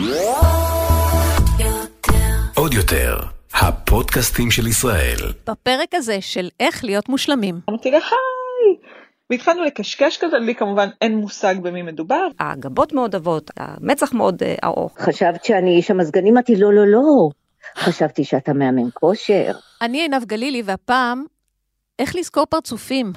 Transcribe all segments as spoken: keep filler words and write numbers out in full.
עוד יותר, הפודקאסטים של ישראל. בפרק הזה של איך להיות מושלמים. אמרתי לה, היי! והתחלנו לקשקש כזה, לי כמובן אין מושג במי מדובר. הגבות מאוד אבות, המצח מאוד ארוך. חשבת שאני איש המזגנים? אמרתי, לא, לא, לא. חשבתי שאתה מאמן כושר. אני עינב גלילי, והפעם, איך לזכור פרצופים.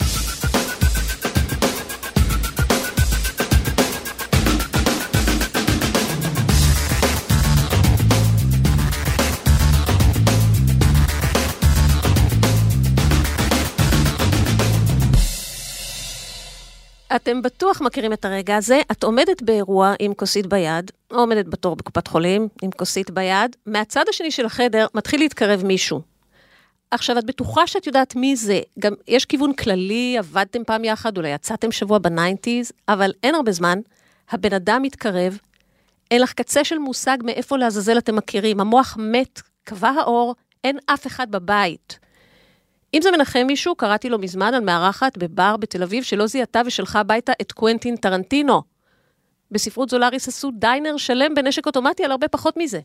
אתם בטוח מכירים את הרגע הזה, את עומדת באירוע עם כוסית ביד, או עומדת בתור בקופת חולים עם כוסית ביד, מהצד השני של החדר מתחיל להתקרב מישהו. עכשיו, את בטוחה שאת יודעת מי זה, גם יש כיוון כללי, עבדתם פעם יחד, אולי יצאתם שבוע בניינטיז, אבל אין הרבה זמן, הבן אדם מתקרב, אין לך קצה של מושג מאיפה לעזאזל אתם מכירים, המוח מת, קבע האור, אין אף אחד בבית. אם זה מנחם מישהו, קראתי לו מזמן על מארחת בבר בתל אביב, שלא זיהתה ושלחה הביתה את קוונטין טרנטינו. בספרות זולריס עשו דיינר שלם בנשק אוטומטי על הרבה פחות מזה.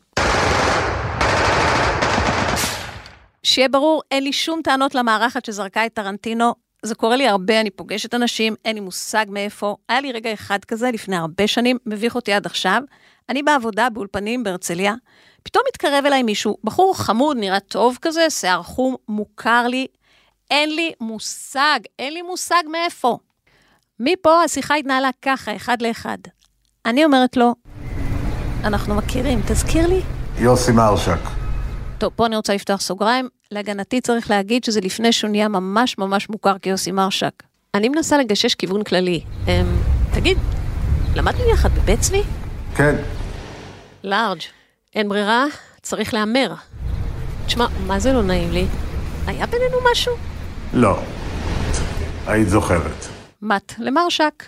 שיהיה ברור, אין לי שום טענות למארחת שזרקה את טרנטינו, זה קורה לי הרבה, אני פוגשת אנשים, אין לי מושג מאיפה, היה לי רגע אחד כזה לפני הרבה שנים, מביך אותי עד עכשיו, אני בעבודה באולפנים בהרצליה, פתאום מתקרב אליי מישהו, בחור חמוד, נראה טוב כזה, שיער חום, מוכר לי, אין לי מושג, אין לי מושג מאיפה. מפה השיחה התנהלה ככה, אחד לאחד. אני אומרת לו, אנחנו מכירים, תזכיר לי? יוסי מרשק. טוב, פה אני רוצה לפתוח סוגריים, להגנתי צריך להגיד שזה לפני שהוא נהיה ממש ממש מוכר כיוסי מרשק. אני מנסה לגשש כיוון כללי. הם, תגיד, למדנו יחד בבית צבי? כן. לארג'. אין ברירה, צריך לאמר. תשמע, מה זה לא נעים לי? היה בינינו משהו? לא. היית זוכרת. מת למרשק.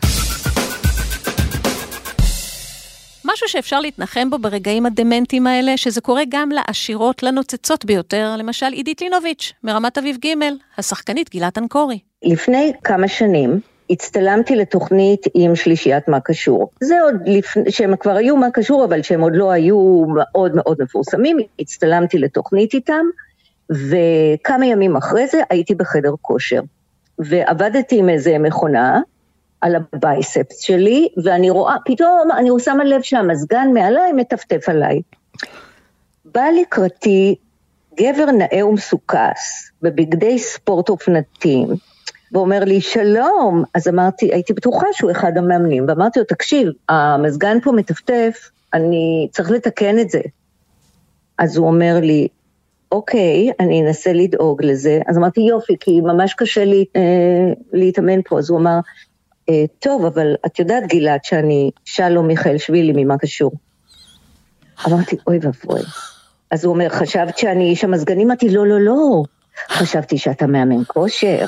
משהו שאפשר להתנחם בו ברגעים הדמנטיים האלה, שזה קורה גם לעשירות, לנוצצות ביותר, למשל עידית לינוביץ', מרמת אביב ג', השחקנית גילת אנקורי. לפני כמה שנים, הצטלמתי לתוכנית עם שלישיית מה קשור. זה עוד לפני, שהם כבר היו מה קשור, אבל שהם עוד לא היו מאוד מאוד מפורסמים, הצטלמתי לתוכנית איתם, וכמה ימים אחרי זה הייתי בחדר כושר. ועבדתי עם איזה מכונה על הבייספס שלי, ואני רואה, פתאום אני שמה לב שהמזגן מעליי מטפטף עליי. בא לקראתי גבר נאה ומסוכס, בבגדי ספורט אופנתיים, ואומר לי, שלום, אז אמרתי, הייתי בטוחה שהוא אחד המאמנים, ואמרתי לו, תקשיב, המזגן פה מטפטף, אני צריך לתקן את זה. אז הוא אומר לי, אוקיי, אני אנסה לדאוג לזה, אז אמרתי, יופי, כי ממש קשה לי, אה, להתאמן פה, אז הוא אמר, אה, טוב, אבל את יודעת גילת שאני שלום מיכאל שבילי ממה קשור. אמרתי, אוי ואבוי. אז הוא אומר, חשבת שאני איש המזגנים? אמרתי, לא, לא, לא, חשבתי שאתה מאמן כושר.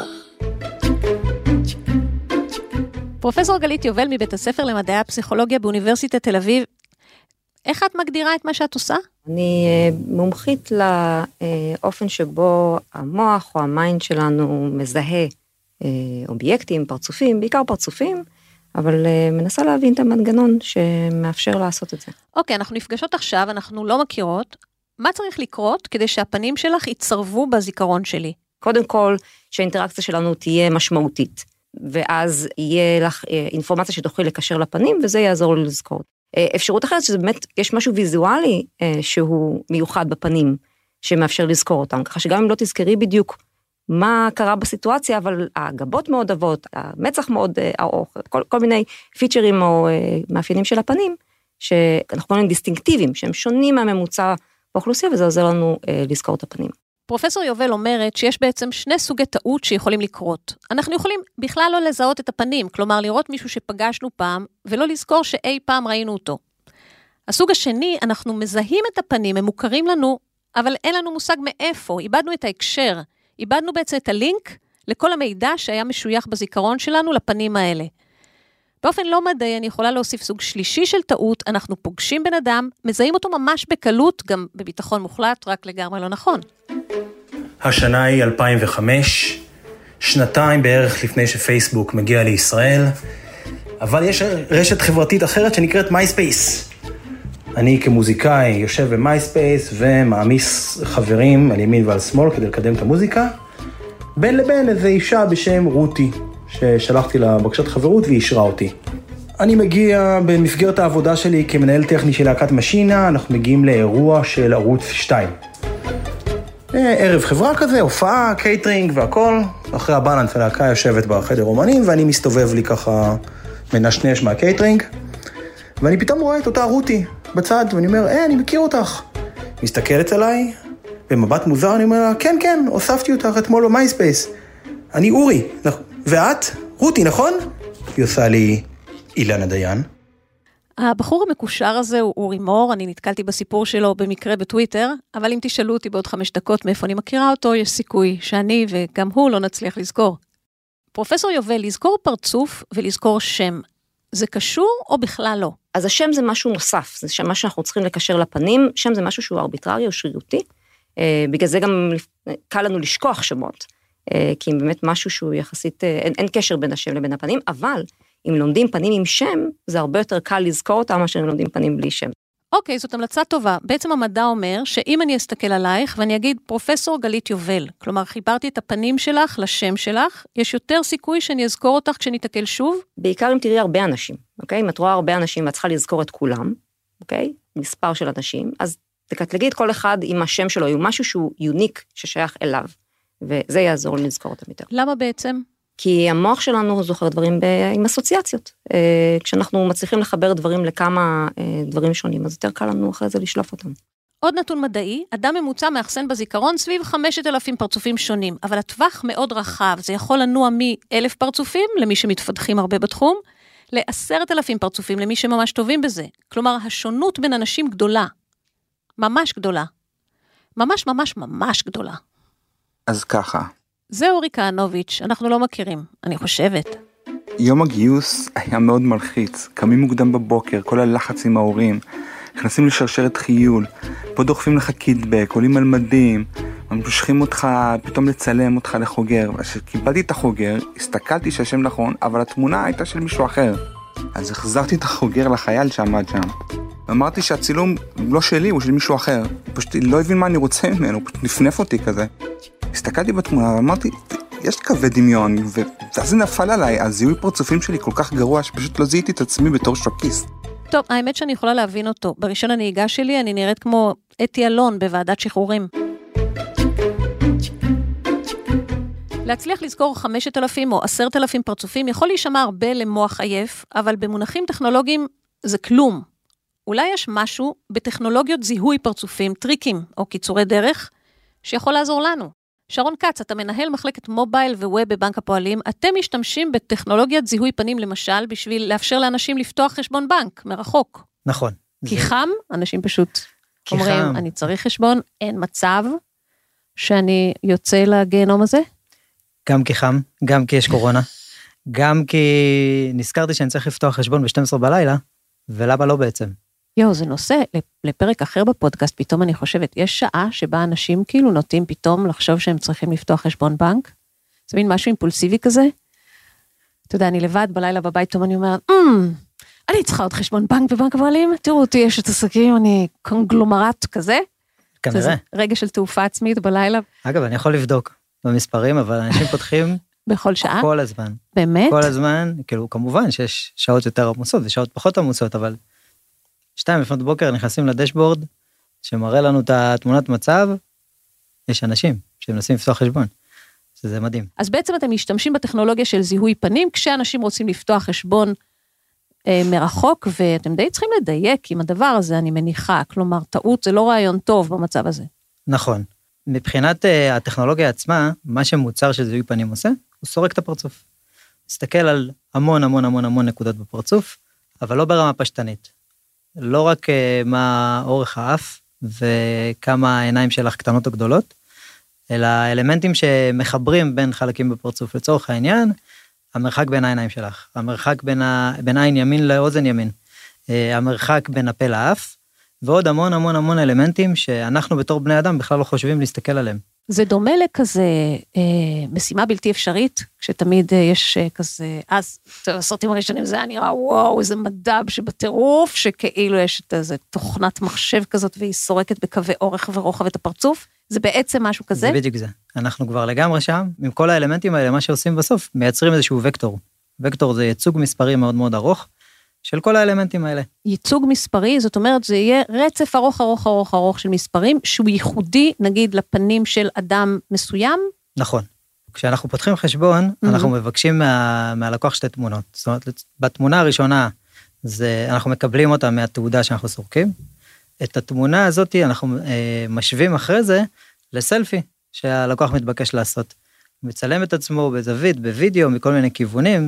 פרופסור גלית יובל מבית הספר למדעי הפסיכולוגיה באוניברסיטת תל אביב, איך את מגדירה את מה שאת עושה? אני מומחית לאופן שבו המוח או המיינד שלנו מזהה אובייקטים, פרצופים, בעיקר פרצופים, אבל מנסה להבין את המנגנון שמאפשר לעשות את זה. אוקיי, אנחנו נפגשות עכשיו, אנחנו לא מכירות. מה צריך לקרות כדי שהפנים שלך יצרבו בזיכרון שלי? קודם כל, שהאינטראקציה שלנו תהיה משמעותית, ואז יהיה לך אינפורמציה שתוכלי לקשר לפנים, וזה יעזור לזכור. אפשרות אחרת, שזה באמת, יש משהו ויזואלי שהוא מיוחד בפנים, שמאפשר לזכור אותם, ככה שגם אם לא תזכרי בדיוק מה קרה בסיטואציה, אבל הגבות מאוד אבות, המצח מאוד ארוך, כל, כל מיני פיצ'רים או מאפיינים של הפנים, שאנחנו קוראים דיסטינקטיביים, שהם שונים מהממוצע באוכלוסייה, וזה עוזר לנו לזכור את הפנים. פרופסור יובל אומרת שיש בעצם שני סוגי טעות שיכולים לקרות. אנחנו יכולים בכלל לא לזהות את הפנים, כלומר לראות מישהו שפגשנו פעם, ולא לזכור שאי פעם ראינו אותו. הסוג השני, אנחנו מזהים את הפנים, הם מוכרים לנו, אבל אין לנו מושג מאיפה, איבדנו את ההקשר, איבדנו בעצם את הלינק לכל המידע שהיה משוייך בזיכרון שלנו לפנים האלה. באופן לא מדעי, אני יכולה להוסיף סוג שלישי של טעות, אנחנו פוגשים בן אדם, מזהים אותו ממש בקלות, גם בביטחון מוחלט, רק לגמרי לא נכון. השנה היא אלפיים וחמש, שנתיים בערך לפני שפייסבוק מגיע לישראל, אבל יש רשת חברתית אחרת שנקראת MySpace. אני כמוזיקאי יושב במייספייס ומעמיס חברים על ימין ועל שמאל כדי לקדם את המוזיקה. בין לבין איזו אישה בשם רותי, ששלחתי לה בקשת חברות והיא אישרה אותי. אני מגיע במסגרת העבודה שלי כמנהל טכני של להקת משינה, אנחנו מגיעים לאירוע של ערוץ שתיים. ערב חברה כזה, הופעה, קייטרינג והכל. אחרי הבלנס הלהקה יושבת בחדר אומנים, ואני מסתובב לי ככה מנשנש מהקייטרינג, ואני פתאום רואה את אותה רותי בצד, ואני אומר, אה, אני מכיר אותך. מסתכלת עליי, במבט מוזר אני אומר לה, כן, כן, הוספתי אותך אתמול במייספייס. אני אורי, ואת? רותי, נכון? היא עושה לי אילנה דיין. הבחור המקושר הזה הוא אורי מור, אני נתקלתי בסיפור שלו במקרה בטוויטר, אבל אם תשאלו אותי בעוד חמש דקות מאיפה אני מכירה אותו, יש סיכוי שאני וגם הוא לא נצליח לזכור. פרופסור יובל, לזכור פרצוף ולזכור שם, זה קשור או בכלל לא? אז השם זה משהו נוסף, זה משהו שאנחנו צריכים לקשר לפנים, שם זה משהו שהוא ארביטרי או שרירותי, בגלל זה גם קל לנו לשכוח שמות, כי אם באמת משהו שהוא יחסית, אין, אין קשר בין השם לבין הפנים, אבל אם לומדים פנים עם שם, זה הרבה יותר קל לזכור אותם מאשר אם לומדים פנים בלי שם. אוקיי, זאת המלצה טובה. בעצם המדע אומר שאם אני אסתכל עלייך ואני אגיד פרופסור גלית יובל, כלומר חיברתי את הפנים שלך לשם שלך, יש יותר סיכוי שאני אזכור אותך כשנתקל שוב? בעיקר אם תראי הרבה אנשים, אוקיי? אם את רואה הרבה אנשים ואת צריכה לזכור את כולם, אוקיי? מספר של אנשים, אז תקטלגי את כל אחד עם השם שלו, עם משהו שהוא יוניק ששייך אליו, וזה יעזור לי לזכור אותם יותר. למה בעצם? כי המוח שלנו זוכר דברים עם אסוציאציות. כשאנחנו מצליחים לחבר דברים לכמה דברים שונים, אז יותר קל לנו אחרי זה לשלוף אותם. עוד נתון מדעי, אדם ממוצע מאחסן בזיכרון סביב חמשת אלפים פרצופים שונים, אבל הטווח מאוד רחב, זה יכול לנוע מאלף פרצופים, למי שמתפתחים הרבה בתחום, לעשרת אלפים פרצופים, למי שממש טובים בזה. כלומר, השונות בין אנשים גדולה. ממש גדולה. ממש ממש ממש גדולה. אז ככה. זה אורי כהנוביץ', אנחנו לא מכירים, אני חושבת. יום הגיוס היה מאוד מלחיץ, קמים מוקדם בבוקר, כל הלחץ עם ההורים, נכנסים לשרשרת חיול, פה דוחפים לך קידבק, עולים על מדים, משכים אותך, פתאום לצלם אותך לחוגר, וכשקיבלתי את החוגר, הסתכלתי שהשם נכון, אבל התמונה הייתה של מישהו אחר. אז החזרתי את החוגר לחייל שעמד שם. אמרתי שהצילום לא שלי, הוא של מישהו אחר. הוא פשוט לא הבין מה אני רוצה ממנו, הוא פשוט נפנף אותי כזה. הסתכלתי בתמונה ואמרתי, יש קווי דמיון, ואז זה נפל עליי, הזיהוי פרצופים שלי כל כך גרוע, שפשוט לא זיהיתי את עצמי בתור שוקיסט. טוב, האמת שאני יכולה להבין אותו. בראשון הנהיגה שלי אני נראית כמו אתי אלון בוועדת שחרורים. להצליח לזכור חמשת אלפים או עשרת אלפים פרצופים יכול להישמע הרבה למוח עייף, אבל במונחים טכנולוגיים זה כלום. אולי יש משהו בטכנולוגיות זיהוי פרצופים, טריקים או קיצורי דרך, שיכול לעזור לנו. שרון קץ, אתה מנהל מחלקת מובייל וווב בבנק הפועלים, אתם משתמשים בטכנולוגיית זיהוי פנים למשל, בשביל לאפשר לאנשים לפתוח חשבון בנק מרחוק. נכון. כי חם, אנשים פשוט אומרים, אני צריך חשבון, אין מצב שאני יוצא לגיהנום הזה? גם כי חם, גם כי יש קורונה, גם כי נזכרתי שאני צריך לפתוח חשבון ב-שתים עשרה בלילה, ולמה לא בעצם? יו, זה נושא לפרק אחר בפודקאסט, פתאום אני חושבת, יש שעה שבה אנשים כאילו נוטים פתאום לחשוב שהם צריכים לפתוח חשבון בנק, זה מין משהו אימפולסיבי כזה, אתה יודע, אני לבד בלילה בבית, פתאום אני אומרת, אני צריכה עוד חשבון בנק בבנק הפועלים, תראו אותי, יש את עסקים, אני קונגלומרט כזה, כנראה. רגע של תעופה עצמית בלילה. אגב, אני יכול לבדוק במספרים, אבל אנשים פותחים בכל שעה? כל הזמן. באמת? כל הזמן, כאילו, כמובן שיש שעות יותר עמוסות, ושעות פחות עמוסות, אבל שתיים לפנות בוקר נכנסים לדשבורד, שמראה לנו את התמונת מצב, יש אנשים שמנסים לפתוח חשבון, שזה מדהים. אז בעצם אתם משתמשים בטכנולוגיה של זיהוי פנים, כשאנשים רוצים לפתוח חשבון אה, מרחוק, ואתם די צריכים לדייק עם הדבר הזה, אני מניחה, כלומר, טעות זה לא רעיון טוב במצב הזה. נכון. מבחינת uh, הטכנולוגיה עצמה, מה שמוצר של זיהוי פנים עושה, הוא סורק את הפרצוף. מסתכל על המון המון המון המון נקודות בפרצוף, אבל לא ברמה פשטנית. לא רק uh, מה אורך האף, וכמה העיניים שלך קטנות או גדולות, אלא אלמנטים שמחברים בין חלקים בפרצוף. לצורך העניין, המרחק בין העיניים שלך, המרחק בין, ה... בין עין ימין לאוזן ימין, uh, המרחק בין הפה לאף, ועוד המון המון המון אלמנטים שאנחנו בתור בני אדם בכלל לא חושבים להסתכל עליהם. זה דומה לכזה אה, משימה בלתי אפשרית, כשתמיד אה, יש אה, כזה, אז הסרטים הראשונים זה היה נראה, וואו, איזה מדע שבטירוף, שכאילו יש את איזה תוכנת מחשב כזאת, והיא סורקת בקווי אורך ורוחב את הפרצוף, זה בעצם משהו כזה? זה בדיוק זה. אנחנו כבר לגמרי שם, עם כל האלמנטים האלה, מה שעושים בסוף, מייצרים איזשהו וקטור. וקטור זה ייצוג מספרי מאוד מאוד ארוך, של כל האלמנטים האלה. ייצוג מספרי, זאת אומרת, זה יהיה רצף ארוך, ארוך, ארוך, ארוך של מספרים, שהוא ייחודי, נגיד, לפנים של אדם מסוים? נכון. כשאנחנו פותחים חשבון, mm-hmm. אנחנו מבקשים מה, מהלקוח שתי תמונות. זאת אומרת, בתמונה הראשונה, זה, אנחנו מקבלים אותה מהתעודה שאנחנו סורקים. את התמונה הזאת, אנחנו אה, משווים אחרי זה לסלפי, שהלקוח מתבקש לעשות. מצלם את עצמו בזווית, בווידאו, מכל מיני כיוונים,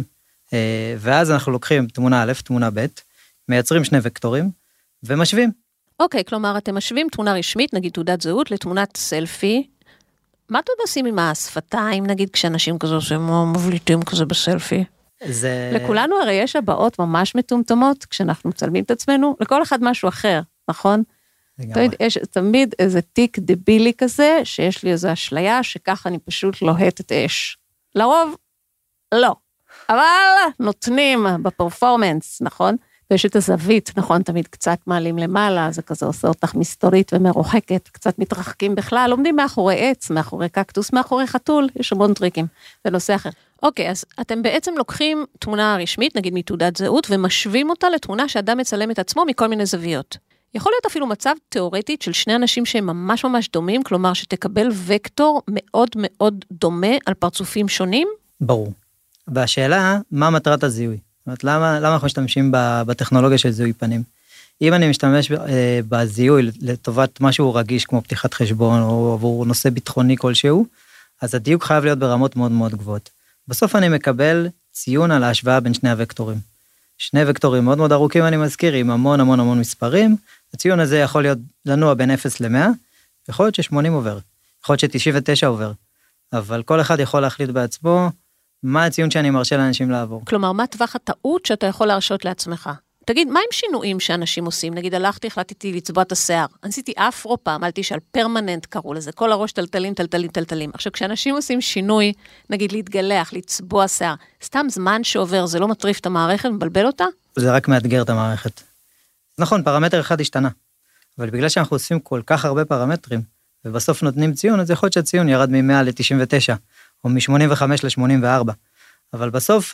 ואז אנחנו לוקחים תמונה א', תמונה ב', מייצרים שני וקטורים, ומשווים. אוקיי, כלומר, אתם משווים תמונה רשמית, נגיד תעודת זהות, לתמונת סלפי. מה אתם עושים עם השפתיים, נגיד, כשאנשים כזה עושים, מבליטים כזה בסלפי? זה... לכולנו הרי יש הבאות ממש מטומטמות, כשאנחנו מצלמים את עצמנו, לכל אחד משהו אחר, נכון? תמיד, יש תמיד איזה תיק דבילי כזה, שיש לי איזו אשליה, שככה אני פשוט לוהטת אש. לרוב, לא. אבל נותנים בפרפורמנס, נכון? ויש את הזווית, נכון? תמיד קצת מעלים למעלה, זה כזה עושה אותך מסתורית ומרוחקת, קצת מתרחקים בכלל, עומדים מאחורי עץ, מאחורי קקטוס, מאחורי חתול, יש המון טריקים, זה נושא אחר. אוקיי, אז אתם בעצם לוקחים תמונה רשמית, נגיד מתעודת זהות, ומשווים אותה לתמונה שאדם מצלם את עצמו מכל מיני זוויות. יכול להיות אפילו מצב תיאורטית של שני אנשים שהם ממש ממש דומים, כלומר שתקבל וקטור מאוד מאוד דומה על פרצופים שונים? ברור. והשאלה, מה מטרת הזיהוי? זאת אומרת, למה, למה אנחנו משתמשים בטכנולוגיה של זיהוי פנים? אם אני משתמש בזיהוי לטובת משהו רגיש, כמו פתיחת חשבון, או עבור נושא ביטחוני כלשהו, אז הדיוק חייב להיות ברמות מאוד מאוד גבוהות. בסוף אני מקבל ציון על ההשוואה בין שני הוקטורים. שני וקטורים מאוד מאוד ארוכים, אני מזכיר, עם המון המון המון מספרים. הציון הזה יכול להיות לנוע בין אפס למאה, יכול להיות ש-שמונים עובר, יכול להיות ש-תשעים ותשע עובר, אבל כל אחד יכול להחליט בעצמו, מה הציון שאני מרשה לאנשים לעבור. כלומר, מה טווח הטעות שאתה יכול להרשות לעצמך? תגיד, מה עם שינויים שאנשים עושים? נגיד, הלכתי, החלטתי לצבוע את השיער. עשיתי אפרו פעם, עמלתי שעל פרמננט קראו לזה, כל הראש טלטלים, טלטלים, טלטלים. עכשיו, כשאנשים עושים שינוי, נגיד להתגלח, לצבוע שיער, סתם זמן שעובר, זה לא מטריף את המערכת, מבלבל אותה? זה רק מאתגר את המערכת. נכון, פרמטר אחד השתנה, אבל בגלל שאנחנו עושים כל כך הרבה פרמטרים, ובסוף נותנים ציון, אז יכול להיות שהציון ירד מ-מאה ל-תשעים ותשע, או מ-שמונים וחמש ל-שמונים וארבע. אבל בסוף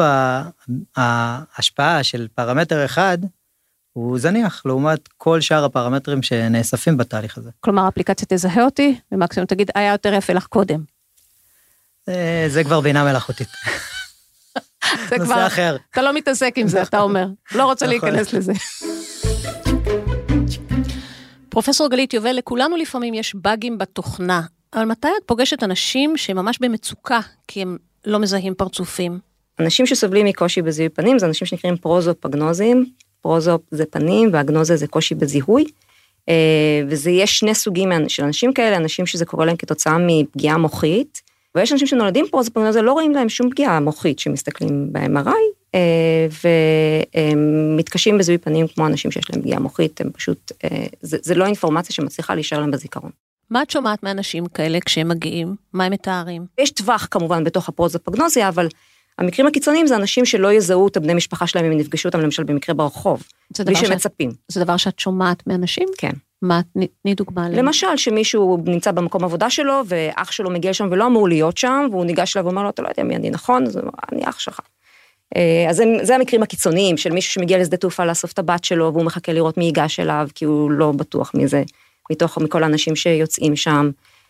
ההשפעה של פרמטר אחד, הוא זניח, לעומת כל שאר הפרמטרים שנאספים בתהליך הזה. כלומר, האפליקציה תזהה אותי, ומקסימום תגיד, היה יותר יפה לך קודם. זה כבר בינה מלאכותית. זה כבר, אחר. אתה לא מתעסק עם זה, אתה אומר. לא רוצה להיכנס לזה. פרופסור גלית יובל, לכולנו לפעמים יש באגים בתוכנה, אבל מתי את פוגשת אנשים שממש במצוקה, כי הם לא מזהים פרצופים? אנשים שסובלים מקושי בזיהוי פנים, זה אנשים שנקראים פרוזופגנוזים, פרוזופ זה פנים, והגנוזה זה קושי בזיהוי, וזה יש שני סוגים של אנשים כאלה, אנשים שזה קורה להם כתוצאה מפגיעה מוחית, ויש אנשים שנולדים פרוזופגנוזה, לא רואים להם שום פגיעה מוחית שמסתכלים ב-אם אר איי, והם מתקשים בזיהוי פנים כמו אנשים שיש להם פגיעה מוחית, הם פשוט, זה, זה לא אינפורמציה שמצליחה להישאר להם בזיכרון. מה את שומעת מאנשים כאלה כשהם מגיעים? מה הם מתארים? יש טווח כמובן בתוך הפרוזופגנוזיה, אבל המקרים הקיצוניים זה אנשים שלא יזהו את הבני משפחה שלהם, אם נפגשו אותם למשל במקרה ברחוב, בלי שמצפים. זה דבר שאת שומעת מאנשים? כן. מה, תני דוגמה עליהם? למשל, שמישהו נמצא במקום עבודה שלו, ואח שלו מגיע שם ולא אמור להיות שם, והוא ניגש אליו ואומר לו, אתה לא יודע מי אני נכון, אז אני אח שלך. אז זה המקרים הקיצוניים, של מישהו שמגיע לשדה תעופה לאסוף את הבת שלו, והוא מחכה לראות מי ייגש אליו, כי הוא לא בטוח מזה, מתוך מכל האנשים שיוצאים שם.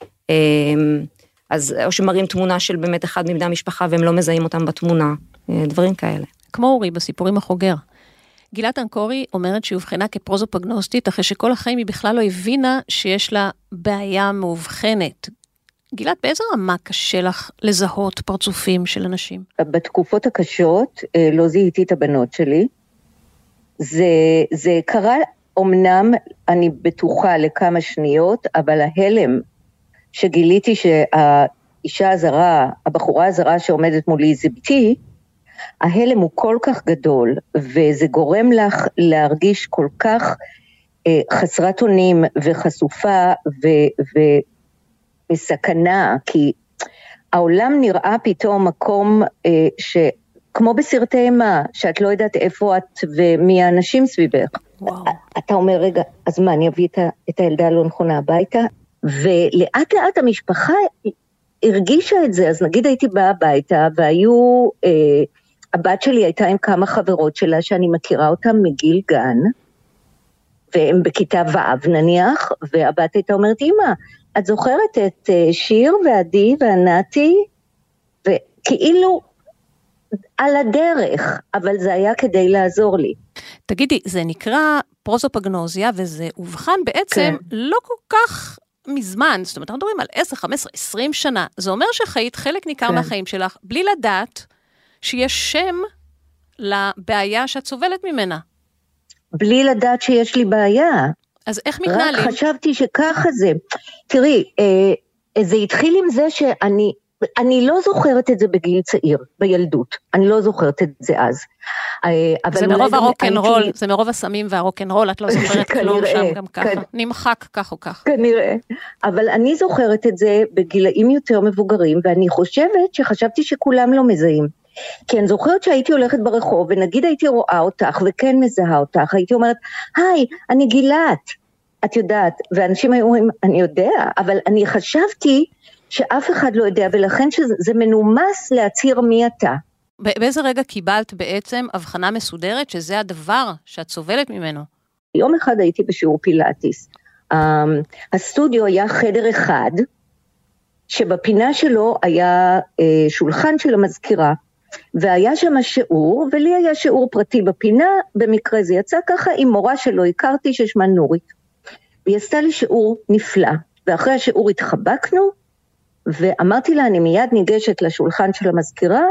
אז או שמראים תמונה של באמת אחד מבני המשפחה, והם לא מזהים אותם בתמונה, דברים כאלה. כמו אורי, בסיפורים החוגר. גילת אנקורי אומרת שהיא הובחנה כפרוזופגנוסטית, אחרי שכל החיים היא בכלל לא הבינה שיש לה בעיה מאובחנת. גילת, באיזה רמה קשה לך לזהות פרצופים של אנשים? בתקופות הקשות לא זיהיתי את הבנות שלי. זה, זה קרה אומנם, אני בטוחה לכמה שניות, אבל ההלם שגיליתי שהאישה הזרה, הבחורה הזרה שעומדת מולי זה ביתי, ההלם הוא כל כך גדול, וזה גורם לך להרגיש כל כך אה, חסרת אונים וחשופה, ו, בסכנה, כי העולם נראה פתאום מקום אה, שכמו בסרטי אימה, שאת לא יודעת איפה את ומי האנשים סביבך. וואו. אתה אומר, רגע, אז מה, אני אביא את, ה, את הילדה הלא נכונה הביתה? ולאט לאט המשפחה הרגישה את זה, אז נגיד הייתי באה הביתה, והיו, אה, הבת שלי הייתה עם כמה חברות שלה, שאני מכירה אותן מגיל גן, והם בכיתה ו' נניח, והבת הייתה אומרת, אמא, את זוכרת את שיר ועדי וענתי, וכאילו על הדרך, אבל זה היה כדי לעזור לי. תגידי, זה נקרא פרוזופגנוזיה, וזה הובחן בעצם כן. לא כל כך מזמן, זאת אומרת, אנחנו מדברים על עשר, חמש עשרה, עשרים שנה, זה אומר שחיית חלק ניכר כן. מהחיים שלך, בלי לדעת שיש שם לבעיה שאת סובלת ממנה. בלי לדעת שיש לי בעיה. אז איך מתנהלים? רק חשבתי שככה זה. תראי, אה, זה התחיל עם זה שאני, אני לא זוכרת את זה בגיל צעיר, בילדות. אני לא זוכרת את זה אז. אה, זה מרוב הרוק'נ'רול, הייתי... זה מרוב הסמים והרוק'נ'רול, את לא זוכרת כלום שם גם ככה. כ... נמחק כך או כך. כנראה. אבל אני זוכרת את זה בגילאים יותר מבוגרים, ואני חושבת שחשבתי שכולם לא מזהים. כי אני זוכרת שהייתי הולכת ברחוב, ונגיד הייתי רואה אותך, וכן מזהה אותך, הייתי אומרת, היי, אני גילת, את יודעת, ואנשים היו אומרים, אני יודע, אבל אני חשבתי שאף אחד לא יודע, ולכן שזה מנומס להצהיר מי אתה. באיזה רגע קיבלת בעצם הבחנה מסודרת, שזה הדבר שאת סובלת ממנו? יום אחד הייתי בשיעור פילאטיס, הסטודיו היה חדר אחד, שבפינה שלו היה שולחן של המזכירה, והיה שם שיעור, ולי היה שיעור פרטי בפינה, במקרה זה יצא ככה, עם מורה שלא הכרתי ששמה נורית. והיא עשתה לי שיעור נפלא, ואחרי השיעור התחבקנו, ואמרתי לה, אני מיד ניגשת לשולחן של המזכירה,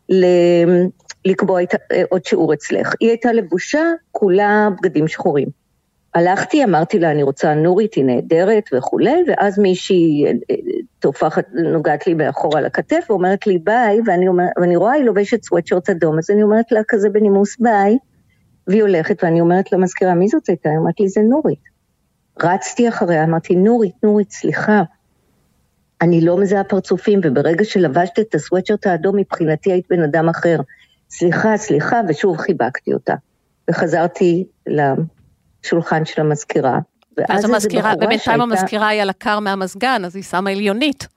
לקבוע עוד שיעור אצלך. היא הייתה לבושה, כולה בגדים שחורים. הלכתי, אמרתי לה, אני רוצה נורית, היא נהדרת וכו', ואז מישהי תופחת, נוגעת לי באחור על הכתף, ואומרת לי ביי, ואני, אומר, ואני רואה, היא לובשת סוואטשרט אדום, אז אני אומרת לה כזה בנימוס ביי, והיא הולכת, ואני אומרת למזכירה, מי זאת הייתה? היא אומרת לי, זה נורית. רצתי אחריה, אמרתי, נורית, נורית, סליחה, אני לא מזהה פרצופים, וברגע שלבשת את הסוואטשרט האדום, מבחינתי היית בן אדם אחר. סליחה, סליחה, ושוב חיבקתי אותה. וחזרתי לשולחן של המזכירה. ואז המזכירה, ובינתיים המזכירה היה לקר מהמזגן, אז היא שמה עליונית.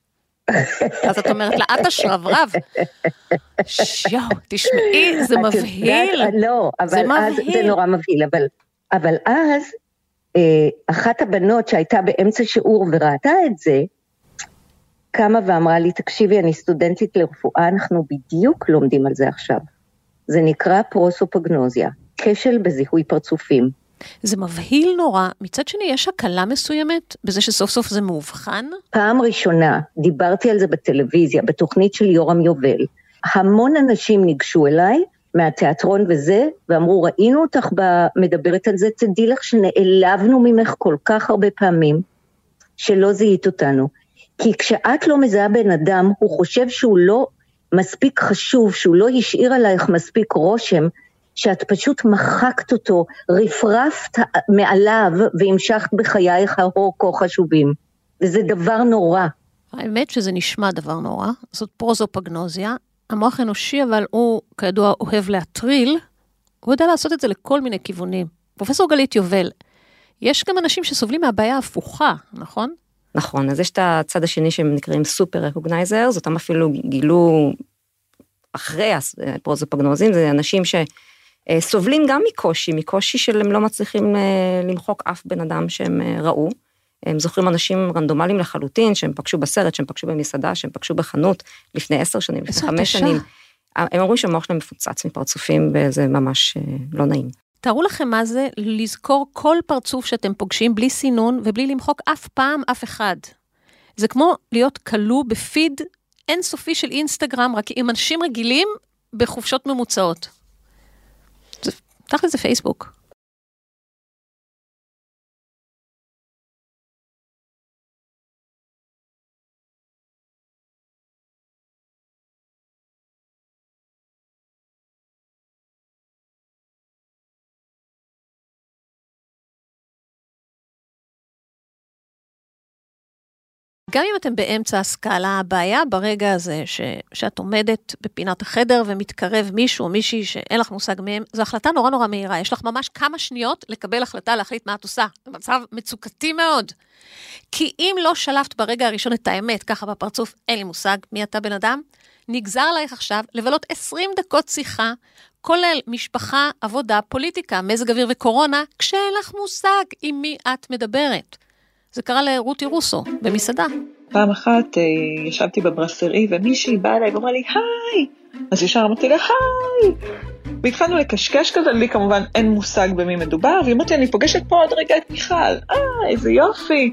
אז את אומרת לה, את השרברב. שיו, תשמעי, זה מבהיל. לא, אבל אז זה נורא מבהיל, אבל אז, אחת הבנות שהייתה באמצע שיעור וראתה את זה, קמה ואמרה לי, תקשיבי, אני סטודנטית לרפואה, אנחנו בדיוק לומדים על זה עכשיו. זה נקרא פרוסופגנוזיה, כשל בזיהוי פרצופים. זה מבהיל נורא, מצד שני יש הקלה מסוימת, בזה שסוף סוף זה מאובחן? פעם ראשונה, דיברתי על זה בטלוויזיה, בתוכנית של יורם יובל, המון אנשים ניגשו אליי, מהתיאטרון וזה, ואמרו, ראינו אותך מדברת על זה, תדעי לך שנעלבנו ממך כל כך הרבה פעמים, שלא זיהית אותנו. כי כשאת לא מזהה בן אדם, הוא חושב שהוא לא מספיק חשוב, שהוא לא השאיר עלייך מספיק רושם, שאת פשוט מחקת אותו, רפרפת מעליו, והמשכת בחייך הכה חשובים. וזה דבר נורא. האמת שזה נשמע דבר נורא, זאת פרוזופגנוזיה, המוח האנושי אבל הוא כידוע אוהב להטריל, הוא יודע לעשות את זה לכל מיני כיוונים. פרופסור גלית יובל, יש גם אנשים שסובלים מהבעיה הפוכה, נכון? נכון, אז יש את הצד השני שהם נקראים סופר רקוגנייזרס, אותם אפילו גילו אחרי הפרוזופגנוזים, זה אנשים שסובלים גם מקושי, מקושי של הם לא מצליחים למחוק אף בן אדם שהם ראו, הם זוכרים אנשים רנדומליים לחלוטין, שהם פגשו בסרט, שהם פגשו במסעדה, שהם פגשו בחנות לפני עשר שנים, לפני חמש שנים, הם אומרים שהמוח שלהם מפוצץ מפרצופים, וזה ממש לא נעים. תארו לכם מה זה לזכור כל פרצוף שאתם פוגשים בלי סינון, ובלי למחוק אף פעם אף אחד. זה כמו להיות כלוא בפיד אינסופי של אינסטגרם, רק עם אנשים רגילים בחופשות ממוצעות. תכף זה פייסבוק. גם אם אתם באמצע הסקאלה, הבעיה ברגע הזה ש, שאת עומדת בפינת החדר ומתקרב מישהו או מישהי שאין לך מושג מהם, זו החלטה נורא נורא מהירה. יש לך ממש כמה שניות לקבל החלטה להחליט מה את עושה. זה מצב מצוקתי מאוד. כי אם לא שלפת ברגע הראשון את האמת, ככה בפרצוף, אין לי מושג מי אתה בן אדם, נגזר עלייך עכשיו לבלות עשרים דקות שיחה, כולל משפחה, עבודה, פוליטיקה, מזג אוויר וקורונה, כשאין לך מושג עם מי את מדברת. זה קרה לרותי רוסו, במסעדה. פעם אחת ישבתי בברסרי, ומישהי באה אליי ואמרה לי, היי! אז ישר אמרתי לה, היי! והתחלנו לקשקש כזה, לי כמובן אין מושג במי מדובר, והיא אמרתי, אני פוגשת פה עוד רגע את מיכל, אה, איזה יופי.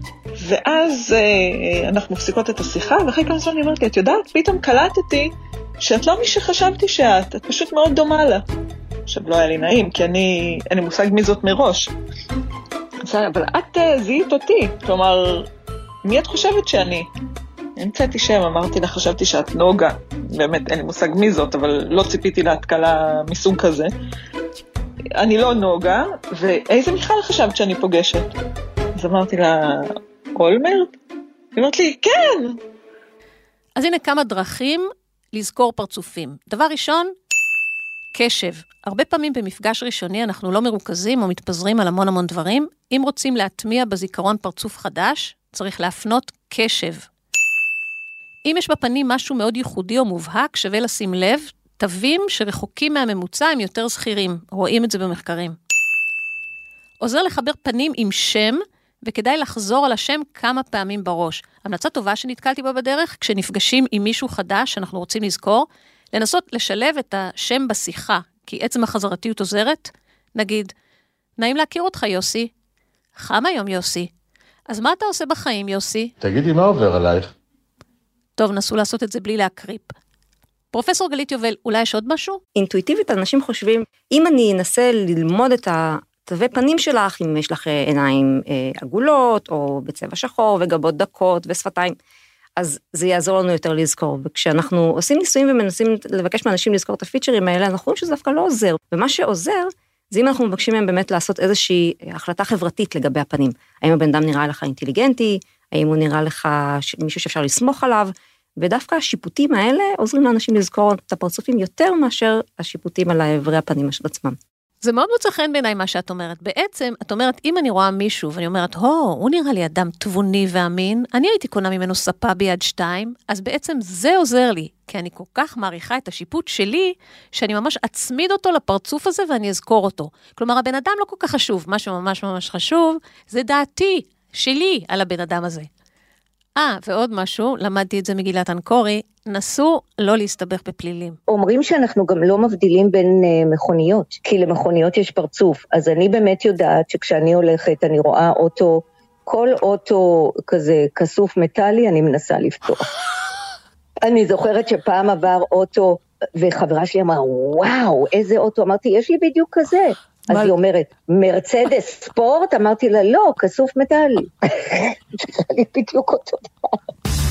ואז אה, אנחנו מפסיקות את השיחה, ואחרי כמה זמן אני אמרתי, את יודעת, פתאום קלטתי שאת לא מי שחשבתי שאת, את פשוט מאוד דומה לה. עכשיו לא היה לי נעים, כי אני, אין לי מושג מי זאת מראש. אבל את זיהית אותי, כלומר, מי את חושבת שאני? המצאתי שם, אמרתי לה, חשבתי שאת נוגה, באמת אין לי מושג מי זאת, אבל לא ציפיתי להתקלה מסוג כזה. אני לא נוגה, ואיזה מיכל חשבת שאני פוגשת? אז אמרתי לה, אולמרט? היא אמרת לי, כן! אז הנה כמה דרכים לזכור פרצופים. דבר ראשון, קשב. הרבה פעמים במפגש ראשוני אנחנו לא מרוכזים או מתפזרים על המון המון דברים. אם רוצים להטמיע בזיכרון פרצוף חדש, צריך להפנות קשב. אם יש בפנים משהו מאוד ייחודי או מובהק, שווה לשים לב, תווים שרחוקים מהממוצע הם יותר זכירים. רואים את זה במחקרים. עוזר לחבר פנים עם שם, וכדאי לחזור על השם כמה פעמים בראש. המלצה טובה שנתקלתי בה בדרך, כשנפגשים עם מישהו חדש שאנחנו רוצים לזכור, לנסות לשלב את השם בשיחה, כי עצם החזרתיות עוזרת. נגיד, נעים להכיר אותך יוסי. חם היום יוסי. אז מה אתה עושה בחיים יוסי? תגידי מה עובר עלייך. טוב, נסו לעשות את זה בלי להקריפ. פרופסור גלית יובל, אולי יש עוד משהו? אינטואיטיבית אנשים חושבים, אם אני אנסה ללמוד את התווי פנים שלך, אם יש לך עיניים עגולות, או בצבע שחור, וגבות דקות, ושפתיים, אז זה יעזור לנו יותר לזכור. וכשאנחנו עושים ניסויים ומנסים לבקש מאנשים לזכור את הפיצ'רים האלה, אנחנו רואים שזה דווקא לא עוזר. ומה שעוזר, זה אם אנחנו מבקשים מהם באמת לעשות איזושהי החלטה חברתית לגבי הפנים. האם הבן אדם נראה לך אינטליגנטי, האם הוא נראה לך מישהו שאפשר לסמוך עליו, ודווקא השיפוטים האלה עוזרים לאנשים לזכור את הפרצופים יותר מאשר השיפוטים על העברי הפנים של עצמם. זה מאוד מוצא חן בעיניי מה שאת אומרת. בעצם, את אומרת, אם אני רואה מישהו, ואני אומרת, הו, הוא נראה לי אדם תבוני ואמין, אני הייתי קונה ממנו ספה ביד שתיים, אז בעצם זה עוזר לי, כי אני כל כך מעריכה את השיפוט שלי, שאני ממש אצמיד אותו לפרצוף הזה, ואני אזכור אותו. כלומר, הבן אדם לא כל כך חשוב, מה שממש ממש חשוב, זה דעתי, שלי, על הבן אדם הזה. אה, ועוד משהו, למדתי את זה מגילת אנקורי, נסו לא להסתבך בפלילים. אומרים שאנחנו גם לא מבדילים בין uh, מכוניות, כי למכוניות יש פרצוף, אז אני באמת יודעת שכשאני הולכת, אני רואה אוטו, כל אוטו כזה כסוף מטלי, אני מנסה לפתוח. אני זוכרת שפעם עבר אוטו, וחברה שלי אמרה, וואו, איזה אוטו, אמרתי, יש לי בדיוק כזה. אז היא אומרת, מרצדס ספורט? אמרתי לה, לא, כסוף מטלי. אני בדיוק אותו דבר.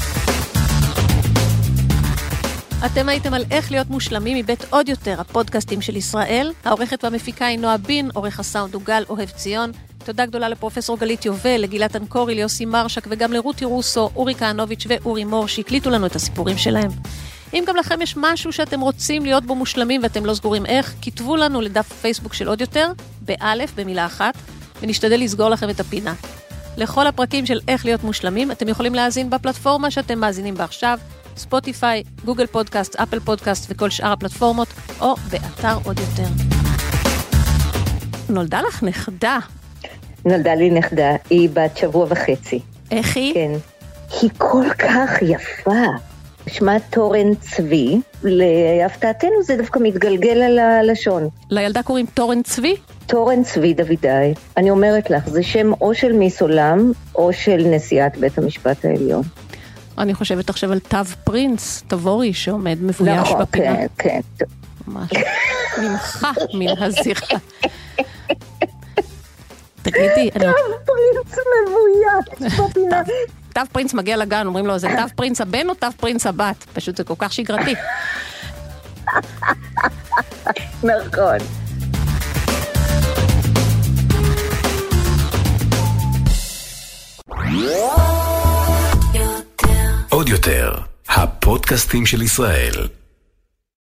אתם הייתם על איך להיות מושלמים מבית עוד יותר, הפודקאסטים של ישראל. העורכת והמפיקה היא נועה בין, עורך הסאונד הוא גל אוהב ציון. תודה גדולה לפרופסור גלית יובל, לגילת אנקורי, ליוסי מרשק וגם לרותי רוסו, אורי כהנוביץ' ואורי מור, שהקליטו לנו את הסיפורים שלהם. אם גם לכם יש משהו שאתם רוצים להיות בו מושלמים ואתם לא סגורים איך, כתבו לנו לדף פייסבוק של עוד יותר, באלף, במילה אחת, ונשתדל לסגור לכם את הפינה. לכל הפרקים של איך להיות מושלמים, אתם יכולים להאזין בפלטפורמה שאתם מאזינים בה עכשיו, ספוטיפיי, גוגל פודקאסט, אפל פודקאסט וכל שאר הפלטפורמות, או באתר עוד יותר. נולדה לך נכדה. נולדה לי נכדה, היא בת שבוע וחצי. איך היא? כן. היא כל כך יפה. שמה תורן צבי, להפתעתנו זה דווקא מתגלגל על הלשון. לילדה קוראים תורן צבי? תורן צבי דוידאי. אני אומרת לך, זה שם או של מיס עולם, או של נשיאת בית המשפט העליון. אני חושבת עכשיו על תו פרינס, תבורי, שעומד מבויש נכון, בפינה. כן, כן. ממש. ממך מן הזירה. תגידי, אני... תו פרינס מבויש בפינה. תו פרינס מגיע לגן, אומרים לו, זה תו פרינס הבן או תו פרינס הבת? פשוט זה כל כך שגרתי. נכון. עוד יותר, הפודקאסטים של ישראל.